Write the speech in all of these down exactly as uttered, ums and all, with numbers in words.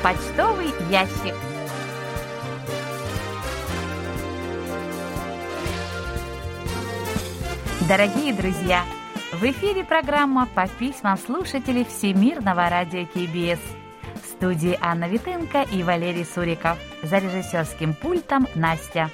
Почтовый ящик. Дорогие друзья, в эфире программа по письмам слушателей Всемирного радио КБС. В студии Анна Витенко и Валерий Суриков. За режиссерским пультом Настя.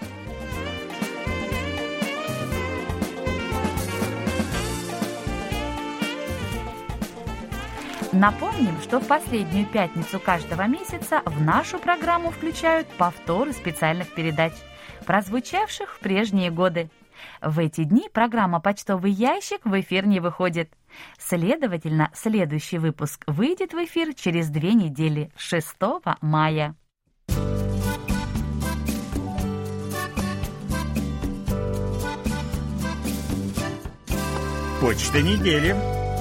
Напомним, что в последнюю пятницу каждого месяца в нашу программу включают повторы специальных передач, прозвучавших в прежние годы. В эти дни программа «Почтовый ящик» в эфир не выходит. Следовательно, следующий выпуск выйдет в эфир через две недели, шестого мая. Почта недели.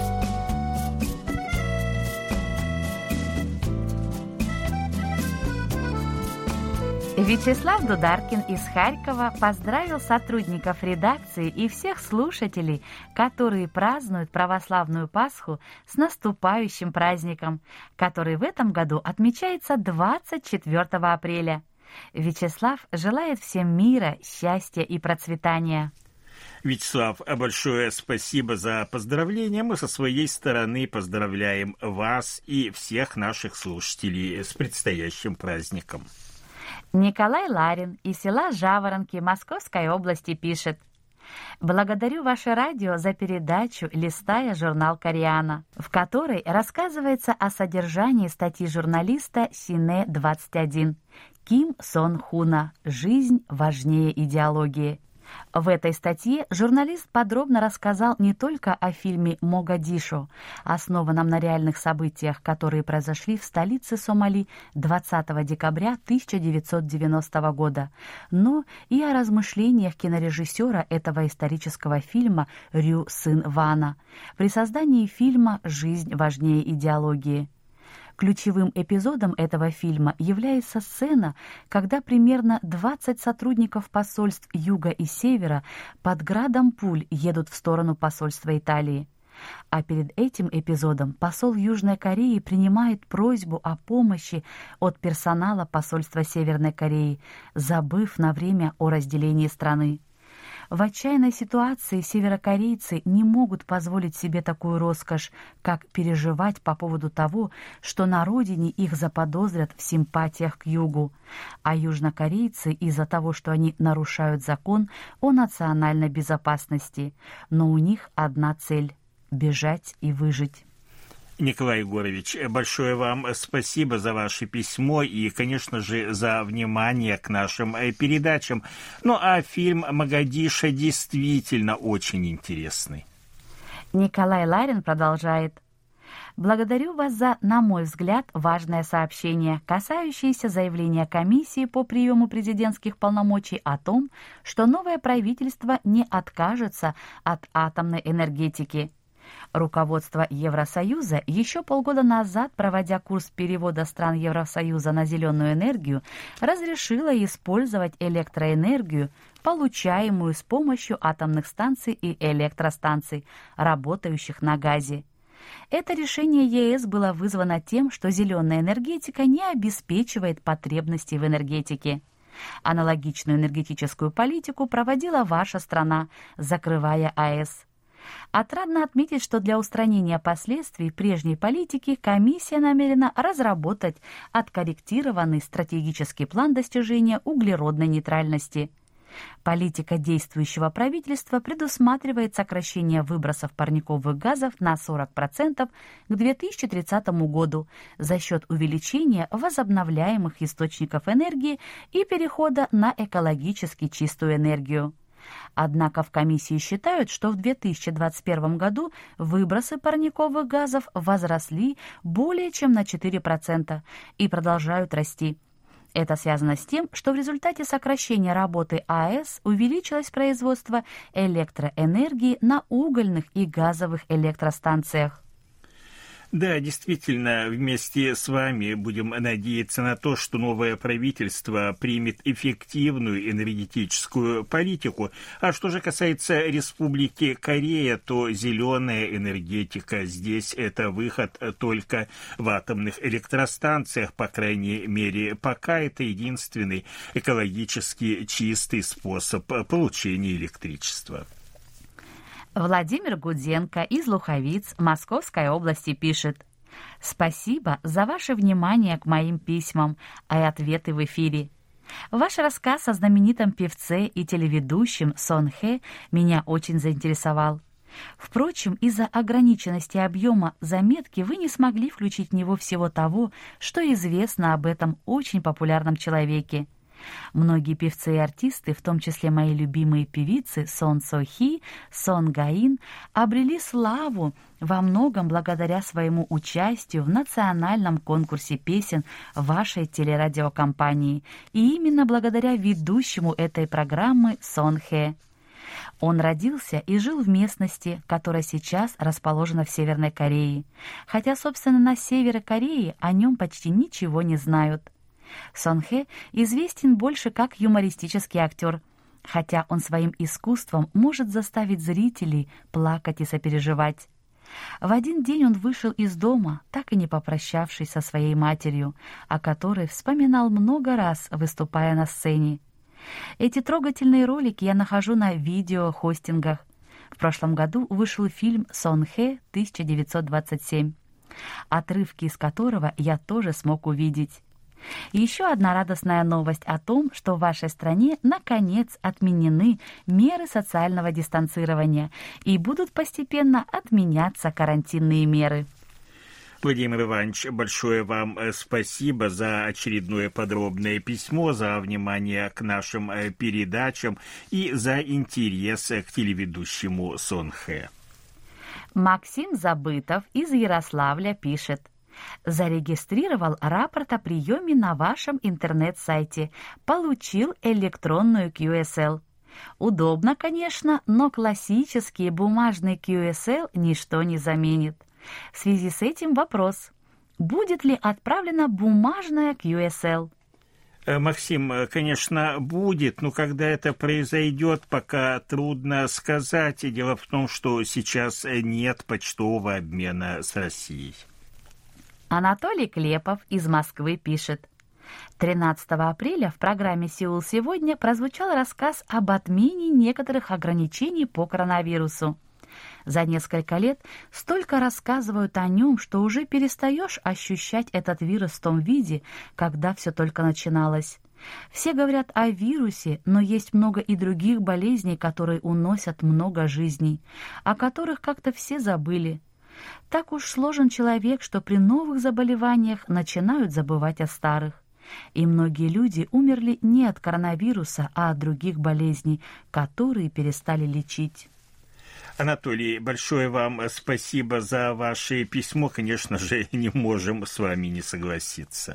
Вячеслав Дударкин из Харькова поздравил сотрудников редакции и всех слушателей, которые празднуют православную Пасху, с наступающим праздником, который в этом году отмечается двадцать четвёртого апреля. Вячеслав желает всем мира, счастья и процветания. Вячеслав, большое спасибо за поздравления. Мы со своей стороны поздравляем вас и всех наших слушателей с предстоящим праздником. Николай Ларин из села Жаворонки Московской области пишет: «Благодарю ваше радио за передачу «Листая журнал Кориана», в которой рассказывается о содержании статьи журналиста Сине двадцать один Ким Сон Хуна «Жизнь важнее идеологии». В этой статье журналист подробно рассказал не только о фильме «Могадишо», основанном на реальных событиях, которые произошли в столице Сомали двадцатого декабря тысяча девятьсот девяностого года, но и о размышлениях кинорежиссера этого исторического фильма Рю Син Вана при создании фильма «Жизнь важнее идеологии». Ключевым эпизодом этого фильма является сцена, когда примерно двадцать сотрудников посольств Юга и Севера под градом пуль едут в сторону посольства Италии. А перед этим эпизодом посол Южной Кореи принимает просьбу о помощи от персонала посольства Северной Кореи, забыв на время о разделении страны. В отчаянной ситуации северокорейцы не могут позволить себе такую роскошь, как переживать по поводу того, что на родине их заподозрят в симпатиях к югу, а южнокорейцы из-за того, что они нарушают закон о национальной безопасности, но у них одна цель – бежать и выжить. Николай Егорович, большое вам спасибо за ваше письмо и, конечно же, за внимание к нашим передачам. Ну, а фильм «Могадишо» действительно очень интересный. Николай Ларин продолжает. Благодарю вас за, на мой взгляд, важное сообщение, касающееся заявления комиссии по приему президентских полномочий о том, что новое правительство не откажется от атомной энергетики. Руководство Евросоюза еще полгода назад, проводя курс перевода стран Евросоюза на зеленую энергию, разрешило использовать электроэнергию, получаемую с помощью атомных станций и электростанций, работающих на газе. Это решение ЕС было вызвано тем, что зеленая энергетика не обеспечивает потребностей в энергетике. Аналогичную энергетическую политику проводила ваша страна, закрывая АЭС. Отрадно отметить, что для устранения последствий прежней политики комиссия намерена разработать откорректированный стратегический план достижения углеродной нейтральности. Политика действующего правительства предусматривает сокращение выбросов парниковых газов на сорок процентов к две тысячи тридцатому году за счет увеличения возобновляемых источников энергии и перехода на экологически чистую энергию. Однако в комиссии считают, что в две тысячи двадцать первом году выбросы парниковых газов возросли более чем на четыре процента и продолжают расти. Это связано с тем, что в результате сокращения работы АЭС увеличилось производство электроэнергии на угольных и газовых электростанциях. Да, действительно, вместе с вами будем надеяться на то, что новое правительство примет эффективную энергетическую политику. А что же касается Республики Корея, то зеленая энергетика здесь это выход только в атомных электростанциях, по крайней мере, пока это единственный экологически чистый способ получения электричества. Владимир Гудзенко из Луховиц Московской области пишет: «Спасибо за ваше внимание к моим письмам и ответы в эфире. Ваш рассказ о знаменитом певце и телеведущем Сон Хэ меня очень заинтересовал. Впрочем, из-за ограниченности объема заметки вы не смогли включить в него всего того, что известно об этом очень популярном человеке. Многие певцы и артисты, в том числе мои любимые певицы Сон Со Хи, Сон Гаин, обрели славу во многом благодаря своему участию в национальном конкурсе песен вашей телерадиокомпании и именно благодаря ведущему этой программы Сон Хэ. Он родился и жил в местности, которая сейчас расположена в Северной Корее, хотя, собственно, на севере Кореи о нем почти ничего не знают. Сон Хэ известен больше как юмористический актер, хотя он своим искусством может заставить зрителей плакать и сопереживать. В один день он вышел из дома, так и не попрощавшись со своей матерью, о которой вспоминал много раз, выступая на сцене. Эти трогательные ролики я нахожу на видеохостингах. В прошлом году вышел фильм «Сон Хэ тысяча девятьсот двадцать семь», отрывки из которого я тоже смог увидеть. И еще одна радостная новость о том, что в вашей стране наконец отменены меры социального дистанцирования и будут постепенно отменяться карантинные меры. Владимир Иванович, большое вам спасибо за очередное подробное письмо, за внимание к нашим передачам и за интерес к телеведущему Сон Хэ. Максим Забытов из Ярославля пишет: «Зарегистрировал рапорт о приеме на вашем интернет-сайте. Получил электронную кью эс эл. Удобно, конечно, но классический бумажный кью эс эл ничто не заменит. В связи с этим вопрос: будет ли отправлена бумажная кью эс эл?» Максим, конечно, будет, но когда это произойдет, пока трудно сказать. Дело в том, что сейчас нет почтового обмена с Россией. Анатолий Клепов из Москвы пишет: тринадцатого апреля в программе «Сеул сегодня» прозвучал рассказ об отмене некоторых ограничений по коронавирусу. За несколько лет столько рассказывают о нем, что уже перестаешь ощущать этот вирус в том виде, когда все только начиналось. Все говорят о вирусе, но есть много и других болезней, которые уносят много жизней, о которых как-то все забыли. Так уж сложен человек, что при новых заболеваниях начинают забывать о старых. И многие люди умерли не от коронавируса, а от других болезней, которые перестали лечить. Анатолий, большое вам спасибо за ваше письмо. Конечно же, не можем с вами не согласиться.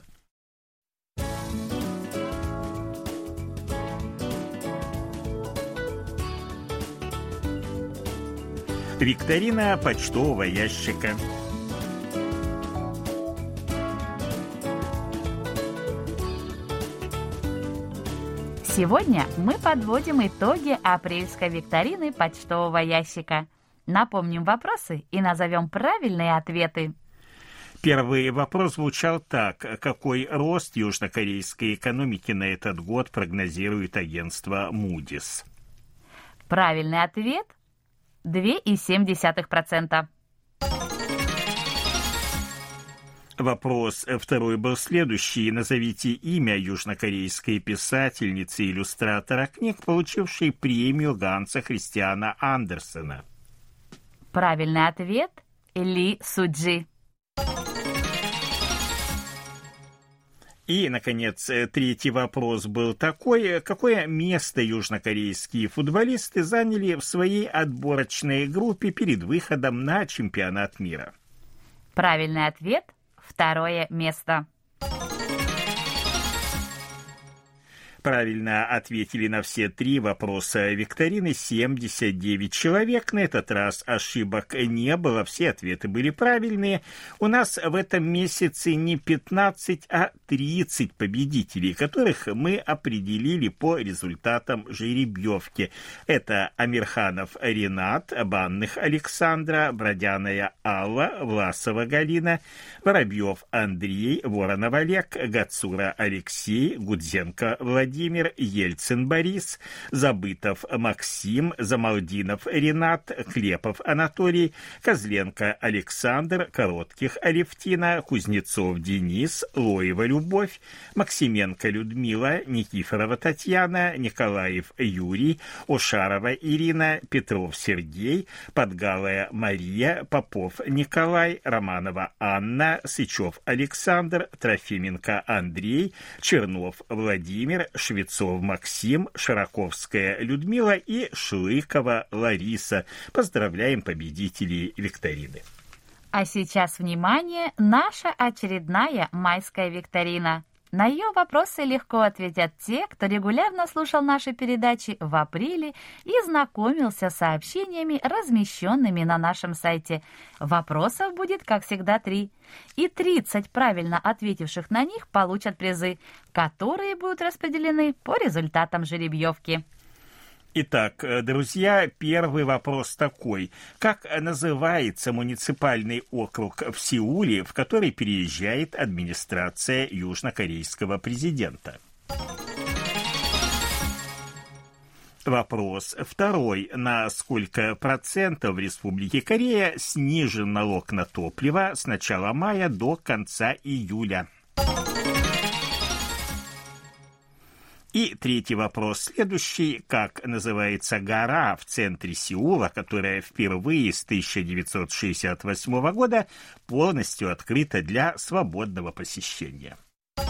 Викторина почтового ящика. Сегодня мы подводим итоги апрельской викторины почтового ящика. Напомним вопросы и назовем правильные ответы. Первый вопрос звучал так. Какой рост южнокорейской экономики на этот год прогнозирует агентство Moody's? Правильный ответ – два целых семь десятых процента. Вопрос второй был следующий. Назовите имя южнокорейской писательницы и иллюстратора книг, получившей премию Ганса Христиана Андерсена. Правильный ответ – Ли Суджи. И, наконец, третий вопрос был такой. Какое место южнокорейские футболисты заняли в своей отборочной группе перед выходом на чемпионат мира? Правильный ответ – второе место. Правильно ответили на все три вопроса викторины семьдесят девять человек. На этот раз ошибок не было, все ответы были правильные. У нас в этом месяце не пятнадцать, а тридцать победителей, которых мы определили по результатам жеребьевки. Это Амирханов Ренат, Банных Александра, Бродяная Алла, Власова Галина, Воробьев Андрей, Воронов Олег, Гацура Алексей, Гудзенко Владимир, Владимир, Ельцин Борис, Забытов Максим, Замалдинов Ренат, Клепов Анатолий, Козленко Александр, Коротких Алевтина, Кузнецов Денис, Лоева Любовь, Максименко Людмила, Никифорова Татьяна, Николаев Юрий, Ошарова Ирина, Петров Сергей, Подгалая Мария, Попов Николай, Романова Анна, Сычев Александр, Трофименко Андрей, Чернов Владимир, Швецов Максим, Широковская Людмила и Шлыкова Лариса. Поздравляем победителей викторины. А сейчас, внимание, наша очередная майская викторина. На ее вопросы легко ответят те, кто регулярно слушал наши передачи в апреле и знакомился с сообщениями, размещенными на нашем сайте. Вопросов будет, как всегда, три. И тридцать правильно ответивших на них получат призы, которые будут распределены по результатам жеребьевки. Итак, друзья, первый вопрос такой. Как называется муниципальный округ в Сеуле, в который переезжает администрация южнокорейского президента? Вопрос второй. На сколько процентов в Республике Корея снижен налог на топливо с начала мая до конца июля? И третий вопрос следующий. Как называется гора в центре Сеула, которая впервые с тысяча девятьсот шестьдесят восьмого года полностью открыта для свободного посещения?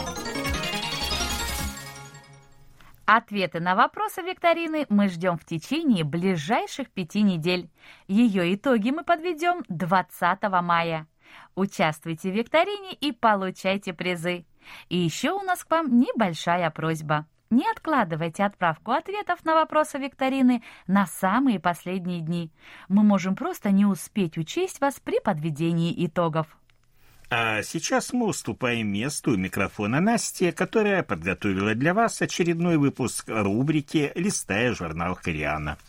Ответы на вопросы викторины мы ждем в течение ближайших пяти недель. Ее итоги мы подведем двадцатого мая. Участвуйте в викторине и получайте призы. И еще у нас к вам небольшая просьба. Не откладывайте отправку ответов на вопросы викторины на самые последние дни. Мы можем просто не успеть учесть вас при подведении итогов. А сейчас мы уступаем место у микрофона Насте, которая подготовила для вас очередной выпуск рубрики «Листая журнал Кореана».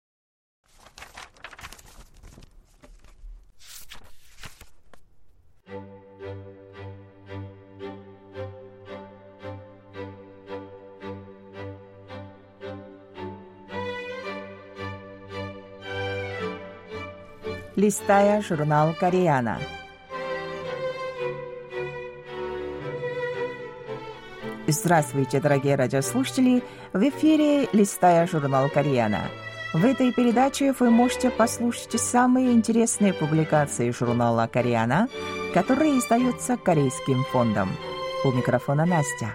Листая журнал Кореана. Здравствуйте, дорогие радиослушатели! В эфире «Листая журнал Кореана». В этой передаче вы можете послушать самые интересные публикации журнала Кореана, которые издаются Корейским фондом. У микрофона Настя.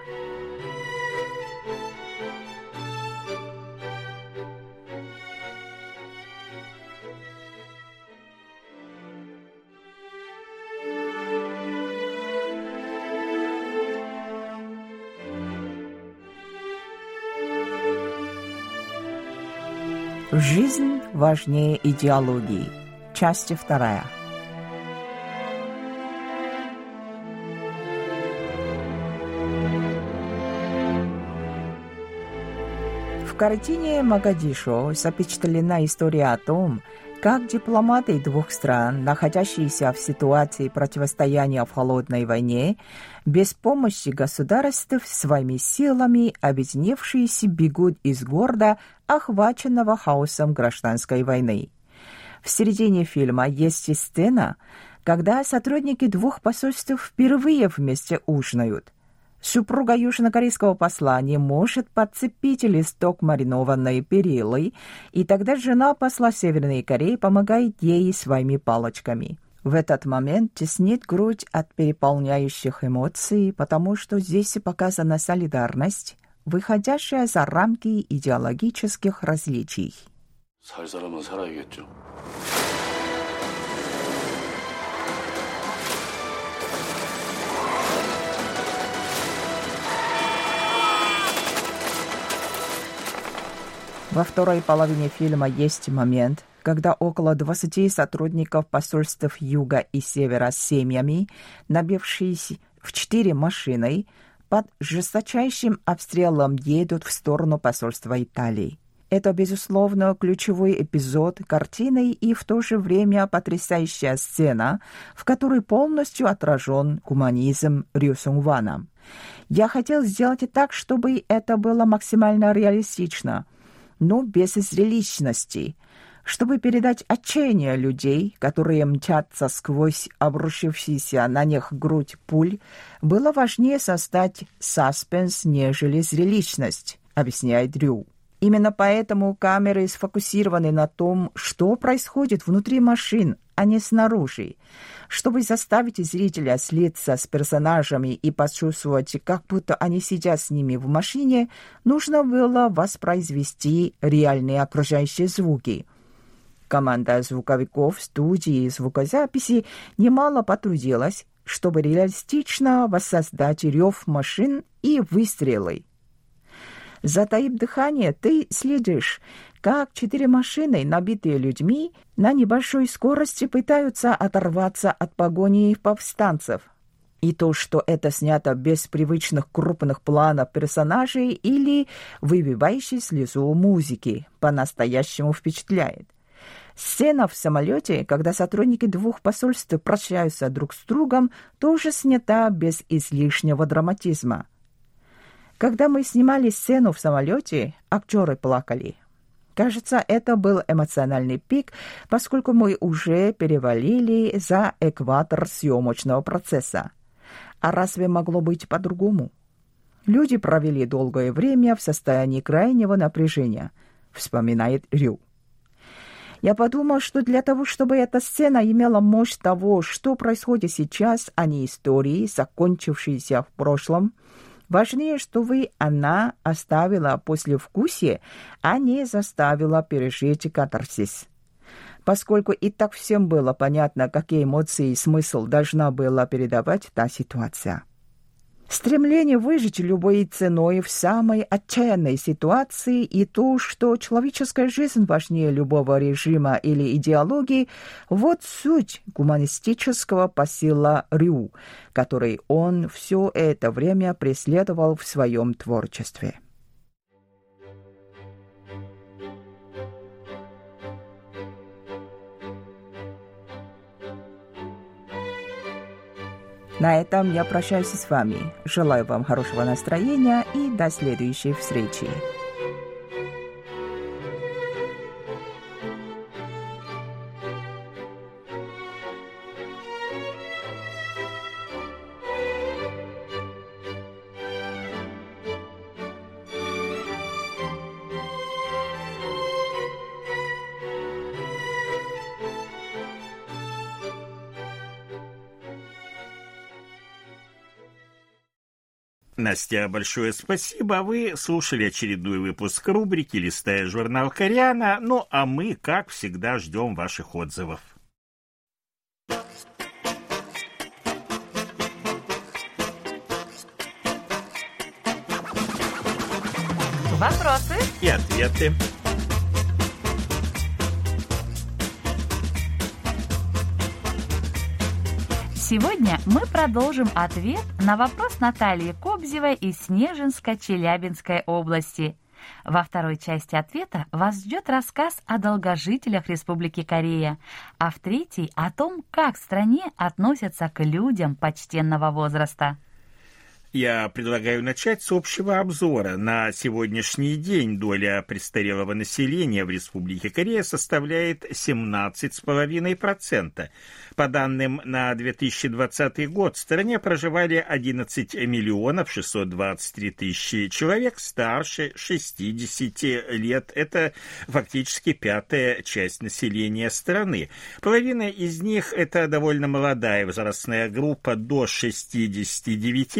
Жизнь важнее идеологии. Часть вторая. В картине «Могадишо» запечатлена история о том, как дипломаты двух стран, находящиеся в ситуации противостояния в холодной войне, без помощи государств своими силами объединившиеся бегут из города, охваченного хаосом гражданской войны. В середине фильма есть сцена, когда сотрудники двух посольств впервые вместе ужинают. Супруга южнокорейского посла не может подцепить листок маринованной перилы, и тогда жена посла Северной Кореи помогает ей своими палочками. В этот момент теснит грудь от переполняющих эмоций, потому что здесь показана солидарность, выходящая за рамки идеологических различий. 살 사람은 살아야겠죠. Во второй половине фильма есть момент, когда около двадцати сотрудников посольств Юга и Севера с семьями, набившись в четыре машины, под жесточайшим обстрелом едут в сторону посольства Италии. Это, безусловно, ключевой эпизод картины и в то же время потрясающая сцена, в которой полностью отражен гуманизм Рю Сунг-Вана. Я хотел сделать так, чтобы это было максимально реалистично, но без зрелищности, чтобы передать отчаяние людей, которые мчатся сквозь обрушившийся на них грудь пуль, было важнее создать саспенс, нежели зрелищность, объясняет Рю. Именно поэтому камеры сфокусированы на том, что происходит внутри машин, а не снаружи. Чтобы заставить зрителя слиться с персонажами и почувствовать, как будто они сидят с ними в машине, нужно было воспроизвести реальные окружающие звуки. Команда звуковиков студии звукозаписи немало потрудилась, чтобы реалистично воссоздать рев машин и выстрелы. Затаив дыхание, ты следишь, как четыре машины, набитые людьми, на небольшой скорости пытаются оторваться от погони повстанцев. И то, что это снято без привычных крупных планов персонажей или выбивающей слезу музыки, по-настоящему впечатляет. Сцена в самолете, когда сотрудники двух посольств прощаются друг с другом, тоже снята без излишнего драматизма. Когда мы снимали сцену в самолете, актеры плакали. Кажется, это был эмоциональный пик, поскольку мы уже перевалили за экватор съемочного процесса. А разве могло быть по-другому? Люди провели долгое время в состоянии крайнего напряжения, вспоминает Рю. Я подумал, что для того, чтобы эта сцена имела мощь того, что происходит сейчас, а не истории, закончившейся в прошлом, важнее, чтобы она оставила послевкусие, а не заставила пережить катарсис. Поскольку и так всем было понятно, какие эмоции и смысл должна была передавать та ситуация. Стремление выжить любой ценой в самой отчаянной ситуации и то, что человеческая жизнь важнее любого режима или идеологии, вот суть гуманистического посыла Рю, который он все это время преследовал в своем творчестве. На этом я прощаюсь с вами. Желаю вам хорошего настроения и до следующей встречи. Настя, большое спасибо. Вы слушали очередной выпуск рубрики «Листая журнал Кореана». Ну, а мы, как всегда, ждем ваших отзывов. Вопросы и ответы. Сегодня мы продолжим ответ на вопрос Натальи Кобзевой из Снежинско-Челябинской области. Во второй части ответа вас ждет рассказ о долгожителях Республики Корея, а в третьей — о том, как в стране относятся к людям почтенного возраста. Я предлагаю начать с общего обзора. На сегодняшний день доля престарелого населения в Республике Корея составляет семнадцать целых пять десятых процента. По данным на две тысячи двадцатый год, в стране проживали одиннадцать миллионов шестьсот двадцать три тысячи человек старше шестидесяти лет. Это фактически пятая часть населения страны. Половина из них – это довольно молодая возрастная группа до шестидесяти девяти лет.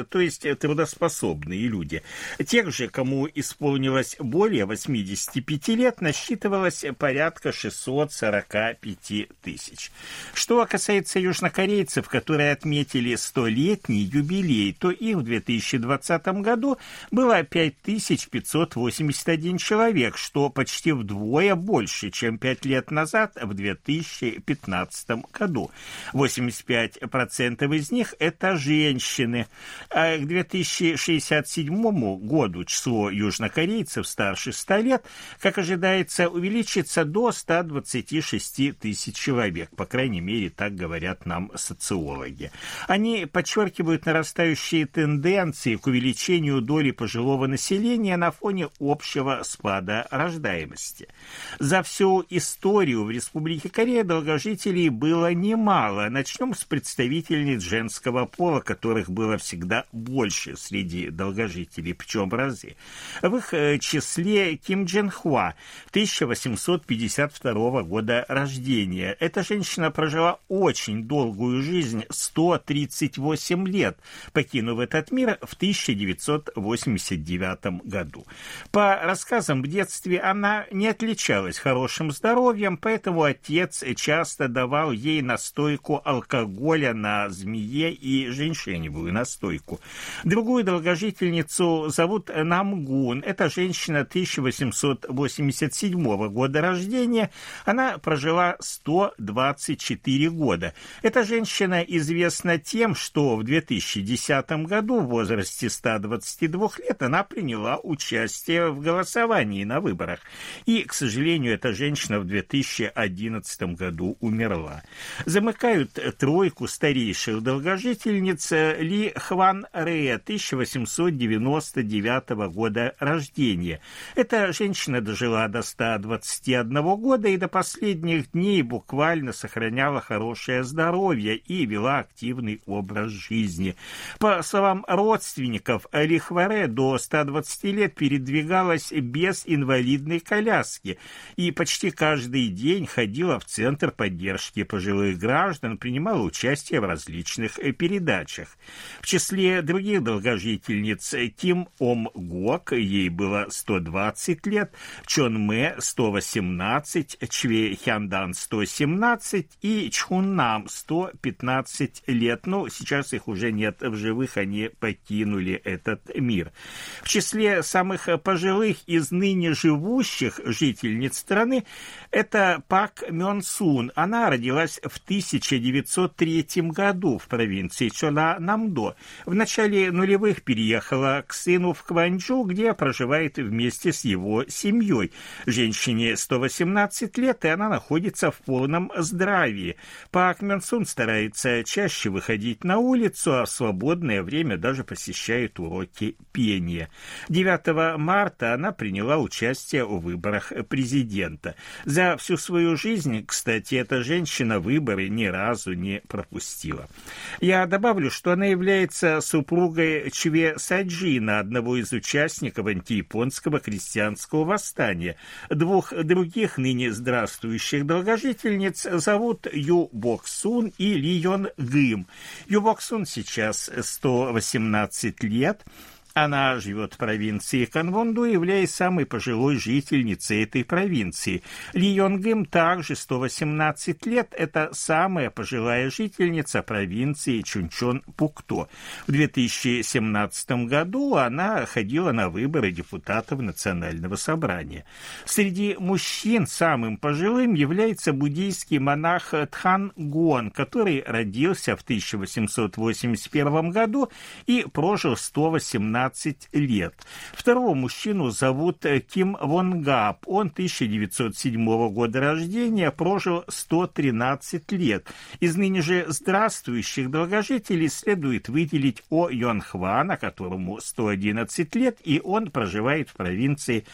то есть трудоспособные люди. Тех же, кому исполнилось более восьмидесяти пяти лет, насчитывалось порядка шестьсот сорок пять тысяч. Что касается южнокорейцев, которые отметили столетний юбилей, то их в две тысячи двадцатом году было пять тысяч пятьсот восемьдесят один человек, что почти вдвое больше, чем пять лет назад, в две тысячи пятнадцатом году. восемьдесят пять процентов из них – это женщины. А к две тысячи шестьдесят седьмому году число южнокорейцев старше ста лет, как ожидается, увеличится до ста двадцати шести тысяч человек. По крайней мере, так говорят нам социологи. Они подчеркивают нарастающие тенденции к увеличению доли пожилого населения на фоне общего спада рождаемости. За всю историю в Республике Корея долгожителей было немало. Начнем с представительниц женского пола, которых было всегда больше среди долгожителей, причем в разы. В их числе Ким Джен Хва, тысяча восемьсот пятьдесят второго года рождения. Эта женщина прожила очень долгую жизнь, сто тридцать восемь лет, покинув этот мир в тысяча девятьсот восемьдесят девятом году. По рассказам, в детстве она не отличалась хорошим здоровьем, поэтому отец часто давал ей настойку алкоголя на змее и женьшеневую настойку. Другую долгожительницу зовут Намгун. Это женщина тысяча восемьсот восемьдесят седьмого года рождения. Она прожила сто двадцать четыре года. Эта женщина известна тем, что в две тысячи десятом году в возрасте ста двадцати двух лет она приняла участие в голосовании на выборах. И, к сожалению, эта женщина в две тысячи одиннадцатом году умерла. Замыкают тройку старейших долгожительниц Ли Хван Рэ, тысяча восемьсот девяносто девятого года рождения. Эта женщина дожила до ста двадцати одного года и до последних дней буквально сохраняла хорошее здоровье и вела активный образ жизни. По словам родственников, Ли Хваре до ста двадцати лет передвигалась без инвалидной коляски и почти каждый день ходила в Центр поддержки пожилых граждан, принимала участие в различных передачах. В числе других долгожительниц Ким Ом Гок, ей было сто двадцать лет, Чон Мэ сто восемнадцать, Чве Хяндан сто семнадцать и Чхун Нам сто пятнадцать лет. Но сейчас их уже нет в живых, они покинули этот мир. В числе самых пожилых из ныне живущих жительниц страны это Пак Мён Сун. Она родилась в тысяча девятьсот третьем году в провинции Чола-Намдо. В начале нулевых переехала к сыну в Кванчжу, где проживает вместе с его семьей. Женщине сто восемнадцать лет, и она находится в полном здравии. Пак Мён Сун старается чаще выходить на улицу, а в свободное время даже посещает уроки пения. девятого марта она приняла участие в выборах президента. За всю свою жизнь, кстати, эта женщина выборы ни разу не пропустила. Я добавлю, что она является супругой Чве Саджина, одного из участников антияпонского крестьянского восстания. Двух других ныне здравствующих долгожительниц зовут Ю Бок Сун и Ли Йон Гым. Ю Бок Сун сейчас сто восемнадцать лет. Она живет в провинции Канвонду, являясь самой пожилой жительницей этой провинции. Ли Йонгым также сто восемнадцать лет. Это самая пожилая жительница провинции Чунчон-Пукто. В две тысячи семнадцатом году она ходила на выборы депутатов Национального собрания. Среди мужчин самым пожилым является буддийский монах Тхан Гон, который родился в тысяча восемьсот восемьдесят первом году и прожил сто восемнадцать лет. Второго мужчину зовут Ким Вон Гап. Он тысяча девятьсот седьмого года рождения, прожил сто тринадцать лет. Из ныне же здравствующих долгожителей следует выделить О Йон Хвана, которому сто одиннадцать лет, и он проживает в провинции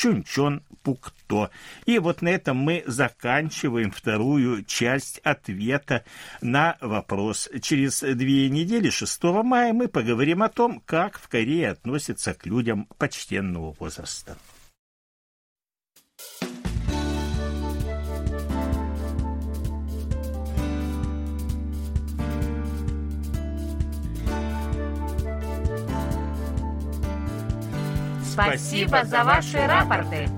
Чунчон-Пукто. И вот на этом мы заканчиваем вторую часть ответа на вопрос. Через две недели, шестого мая, мы поговорим о том, как в Корее относятся к людям почтенного возраста. Спасибо за ваши рапорты.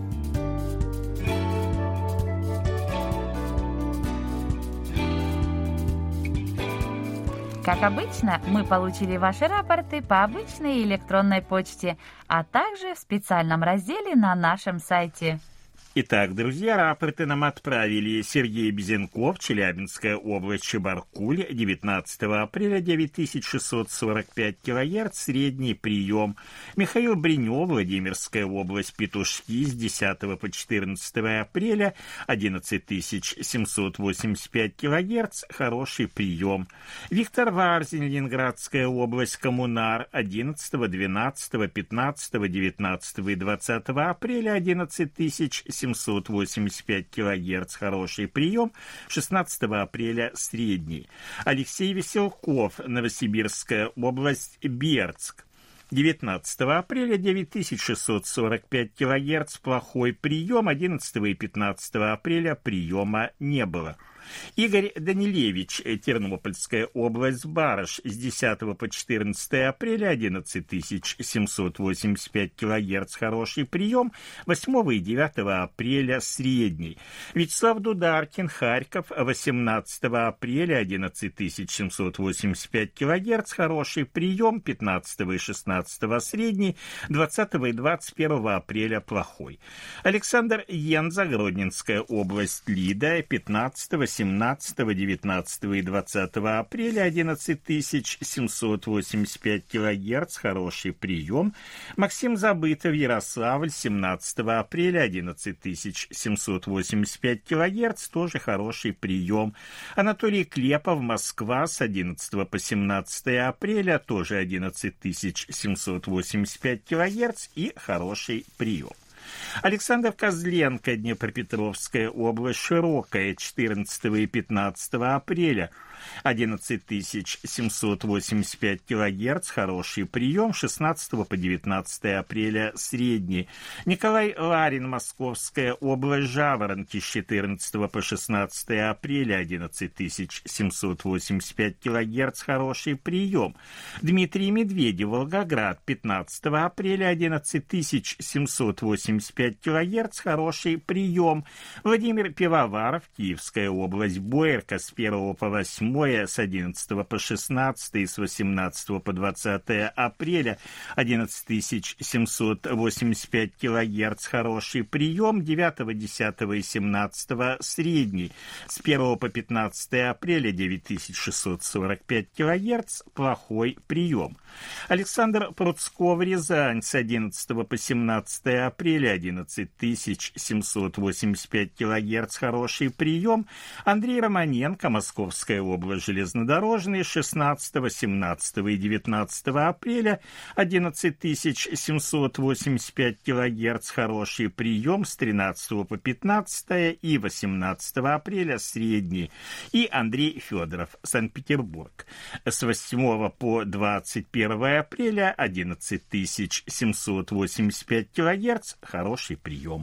Как обычно, мы получили ваши рапорты по обычной электронной почте, а также в специальном разделе на нашем сайте. Итак, друзья, рапорты нам отправили Сергей Безенков, Челябинская область, Чебаркуль, девятнадцатого апреля, девять тысяч шестьсот сорок пять килогерц, средний прием. Михаил Бринев, Владимирская область, Петушки, с десятого по четырнадцатое апреля, одиннадцать тысяч семьсот восемьдесят пять килогерц, хороший прием. Виктор Варзин, Ленинградская область, Коммунар, одиннадцатого, двенадцатого, пятнадцатого, девятнадцатого и двадцатого апреля, одиннадцать тысяч семьсот восемьдесят пять килогерц, хороший прием, шестнадцатого апреля средний. Алексей Веселков, Новосибирская область, Бердск, девятнадцатого апреля, девять тысяч шестьсот сорок пять килогерц, плохой прием, одиннадцатого и пятнадцатого апреля приема не было. Игорь Данилевич, Тернопольская область, Барыш, с десятого по четырнадцатое апреля, одиннадцать тысяч семьсот восемьдесят пять килогерц, хороший прием, восьмого и девятого апреля средний. Вячеслав Дударкин, Харьков, восемнадцатого апреля, одиннадцать тысяч семьсот восемьдесят пять килогерц, хороший прием, пятнадцатого и шестнадцатого средний, двадцатого и двадцать первого апреля плохой. Александр Янза, Гродненская область, Лида, пятнадцатого, семнадцатого, девятнадцатого и двадцатого апреля, одиннадцать тысяч семьсот восемьдесят пять килогерц, хороший прием. Максим Забытов, Ярославль, семнадцатого апреля, одиннадцать тысяч семьсот восемьдесят пять килогерц, тоже хороший прием. Анатолий Клепов, Москва, с одиннадцатого по семнадцатое апреля, тоже одиннадцать тысяч семьсот восемьдесят пять килогерц и хороший прием. Александр Козленко, Днепропетровская область, Широкая, четырнадцатого и пятнадцатого апреля, одиннадцать тысяч семьсот восемьдесят пять килогерц, хороший прием, шестнадцатого по девятнадцатое апреля средний. Николай Ларин, Московская область, Жаворонки, с четырнадцатого по шестнадцатое апреля, одиннадцать тысяч семьсот восемьдесят пять килогерц, хороший прием. Дмитрий Медведев, Волгоград, пятнадцатого апреля, одиннадцать тысяч семьсот восемьдесят пять килогерц, хороший прием. Владимир Пивоваров, Киевская область, Боярка, с первого по восьмое, с одиннадцатого по шестнадцатое и с восемнадцатого по двадцатое апреля, одиннадцать тысяч семьсот восемьдесят пять килогерц, хороший прием, девятого, десятого и семнадцатого средний, с первого по пятнадцатое апреля, девять тысяч шестьсот сорок пять килогерц, плохой прием. Александр Пруцков, Рязань, с одиннадцатого по семнадцатое апреля, одиннадцать тысяч семьсот восемьдесят пять килогерц, хороший прием. Андрей Романенко, Московская область, железнодорожный, шестнадцатого, семнадцатого и девятнадцатого апреля, одиннадцать тысяч семьсот восемьдесят пять килогерц, хороший прием, с тринадцатого по пятнадцатое и восемнадцатого апреля средний. И Андрей Федоров, Санкт-Петербург, с восьмого по двадцать первое апреля, одиннадцать тысяч семьсот восемьдесят пять килогерц, хороший прием.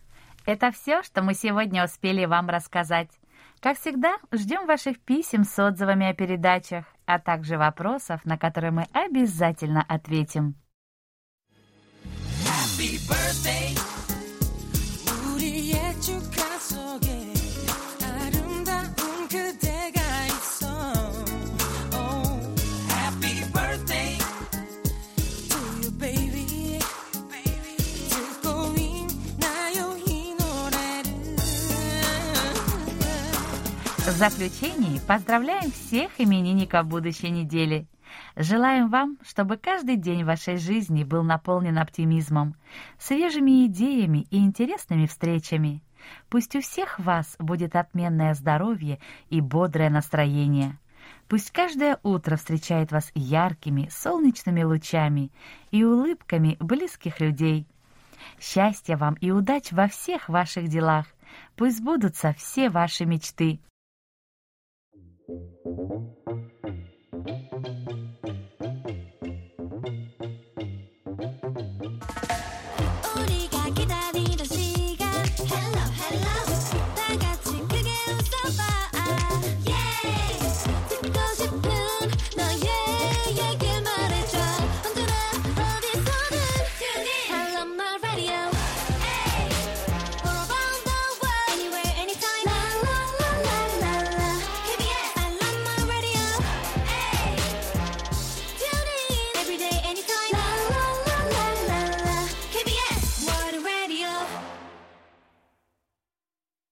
Это все, что мы сегодня успели вам рассказать. Как всегда, ждем ваших писем с отзывами о передачах, а также вопросов, на которые мы обязательно ответим. Happy birthday. 우리의 축하 속에 아름다운 그대가 있어. Oh, happy birthday to you, baby. 듣고 있나요 이 노래를. В заключении поздравляем всех именинников будущей недели. Желаем вам, чтобы каждый день вашей жизни был наполнен оптимизмом, свежими идеями и интересными встречами. Пусть у всех вас будет отменное здоровье и бодрое настроение. Пусть каждое утро встречает вас яркими, солнечными лучами и улыбками близких людей. Счастья вам и удач во всех ваших делах. Пусть сбудутся все ваши мечты. Thank you.